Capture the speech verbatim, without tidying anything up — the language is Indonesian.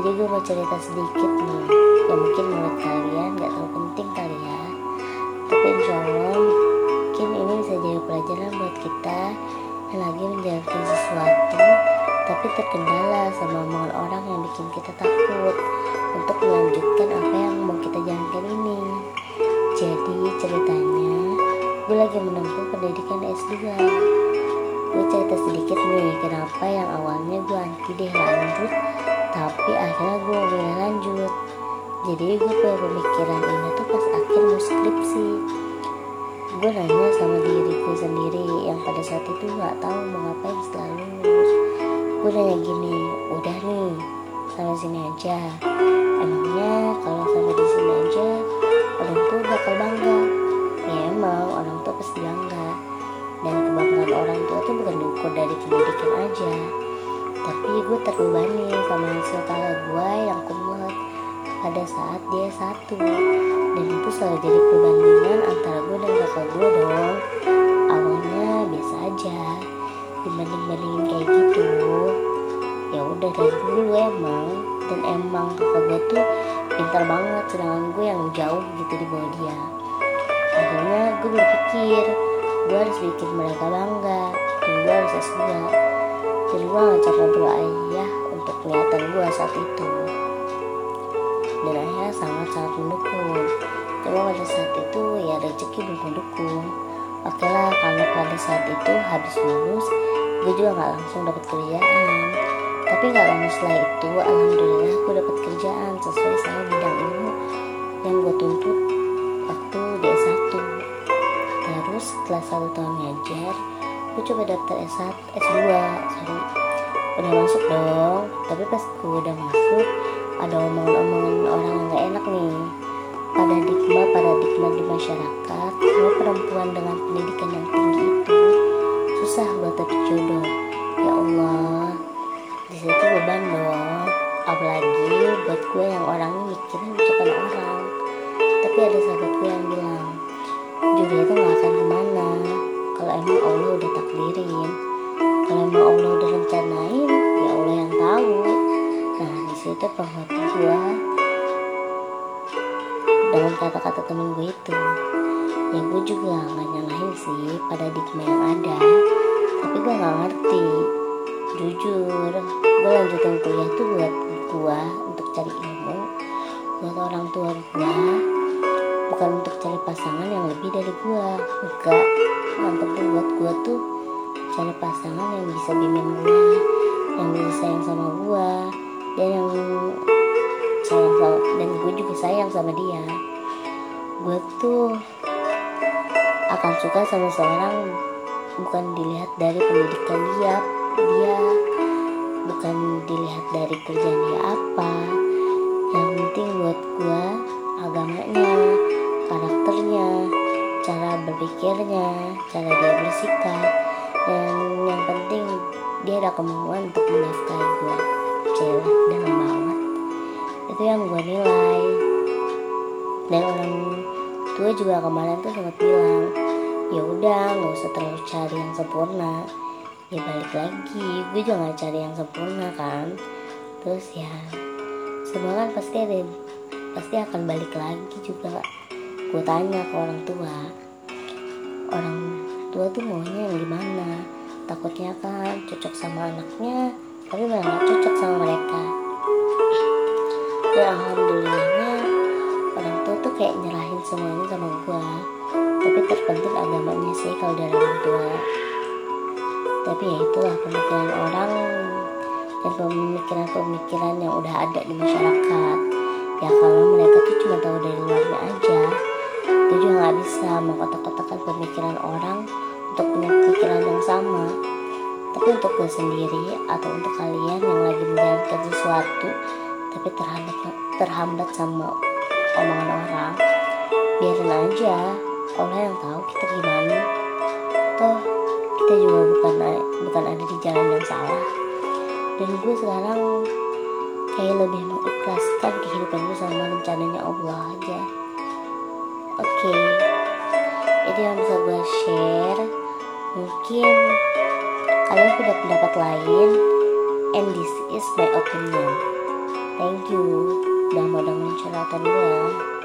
Jadi gue mau cerita sedikit nih, ya mungkin menurut kalian gak terlalu penting kali ya, tapi insya Allah mungkin ini bisa jadi pelajaran buat kita yang lagi menjalankan sesuatu tapi terkendala sama omongan orang yang bikin kita takut untuk melanjutkan apa yang mau kita jalankan ini. Jadi ceritanya, gue lagi menempuh pendidikan S dua. Gue cerita sedikit nih, kenapa yang awalnya gue anti deh lanjut, tapi akhirnya gue boleh lanjut. Jadi gue punya pemikiran ini tuh pas akhir mau skripsi. Gue nanya sama diriku sendiri yang pada saat itu gak tahu mau ngapain setelah lulus. Gue nanya gini, udah nih sampai sini aja, emangnya kalau sampai di sini aja orang tua bakal bangga? Ya emang orang tua pasti bangga, dan kebanggaan orang tua tuh bukan diukur dari pendidikan aja, tapi gue terbebani sama hasil kakak gue yang kumlot pada saat dia satu, dan itu selalu jadi perbandingan antara gue dan kakak gue dong. Awalnya biasa aja dibanding-bandingin kayak gitu, ya udah dari dulu emang, dan emang kakak gue tuh pintar banget sedangkan gue yang jauh gitu di bawah dia. Akhirnya gue berpikir gue harus bikin mereka bangga, dan gue harus S dua. Jadi gue ngajak ngobrol ayah untuk kelihatan gue saat itu, dan ayah sangat-sangat mendukung. Cuma pada saat itu ya rezeki belum mendukung. Oke lah, karena pada saat itu habis lulus gue juga gak langsung dapat kerjaan, tapi gak lama setelah itu alhamdulillah gue dapat kerjaan sesuai sama bidang ilmu yang gue tuntut waktu di S satu. Terus setelah satu tahun ngajar, gue coba daftar S satu, S dua, sorry. Udah masuk dong, tapi pas gue udah masuk ada omongan-omongan orang yang gak enak nih. Paradigma paradigma di masyarakat kalau perempuan dengan pendidikan yang tinggi itu susah buat dapet jodoh. Ya Allah, di situ beban dong, apalagi buat gue yang orangnya mikirin ucapan orang. Tapi ada sahabat gue yang bilang, jodoh itu gak akan kemana kalau emang Allah udah takdirin. Kalau emang Allah udah rencanain, ya Allah yang tahu. Nah di situ penghati gue dengan kata-kata temen gue itu. Ya gue juga gak nyalahin sih paradigma yang ada, tapi gue gak ngerti. Jujur, gue lanjutin kuliah tuh buat gue untuk cari ilmu, buat orang tua gue, bukan untuk cari pasangan yang lebih dari gue. Enggak, yang penting buat gue tuh cari pasangan yang bisa bimbing gue, yang bisa sayang sama gue, dan yang sayang sama, dan gue juga sayang sama dia. Gue tuh akan suka sama seorang bukan dilihat dari pendidikan dia, dia bukan dilihat dari kerjaan dia apa. Yang penting buat gue agamanya, karakternya, cara berpikirnya, cara dia bersikap, dan yang penting dia ada kemauan untuk menafkahi gue. Cewek dalam banget, itu yang gue nilai. Dan orang tua juga kemarin tuh sempat bilang, ya udah nggak usah terlalu cari yang sempurna. Ya balik lagi, gue juga nggak cari yang sempurna kan. Terus ya semua kan pasti ada, pasti akan balik lagi juga. Gue tanya ke orang tua, orang tua tuh maunya yang gimana? Takutnya kan cocok sama anaknya, tapi malah gak cocok sama mereka. Dan alhamdulillahnya orang tua tuh kayak nyerahin semuanya sama gue, tapi terpenting agamanya sih kalau dari orang tua. Tapi ya itulah pemikiran orang dan pemikiran-pemikiran yang udah ada di masyarakat. Ya kalau mereka tuh cuma tahu dari luarnya aja, itu juga gak bisa mengkotak-kotakan pemikiran orang untuk punya pemikiran yang sama. Tapi untuk gue sendiri atau untuk kalian yang lagi menjalankan sesuatu tapi terhambat terhambat sama omongan orang, biarin aja, Allah yang tahu kita gimana. Toh kita juga bukan bukan ada di jalan yang salah. Dan gue sekarang kayak lebih mengikhlaskan kehidupan gue sama rencananya Allah aja. Oke, okay. Itu yang bisa gue share. Mungkin kalian punya pendapat lain, and this is my opinion. Thank you udah mau dengerin curhatan gue.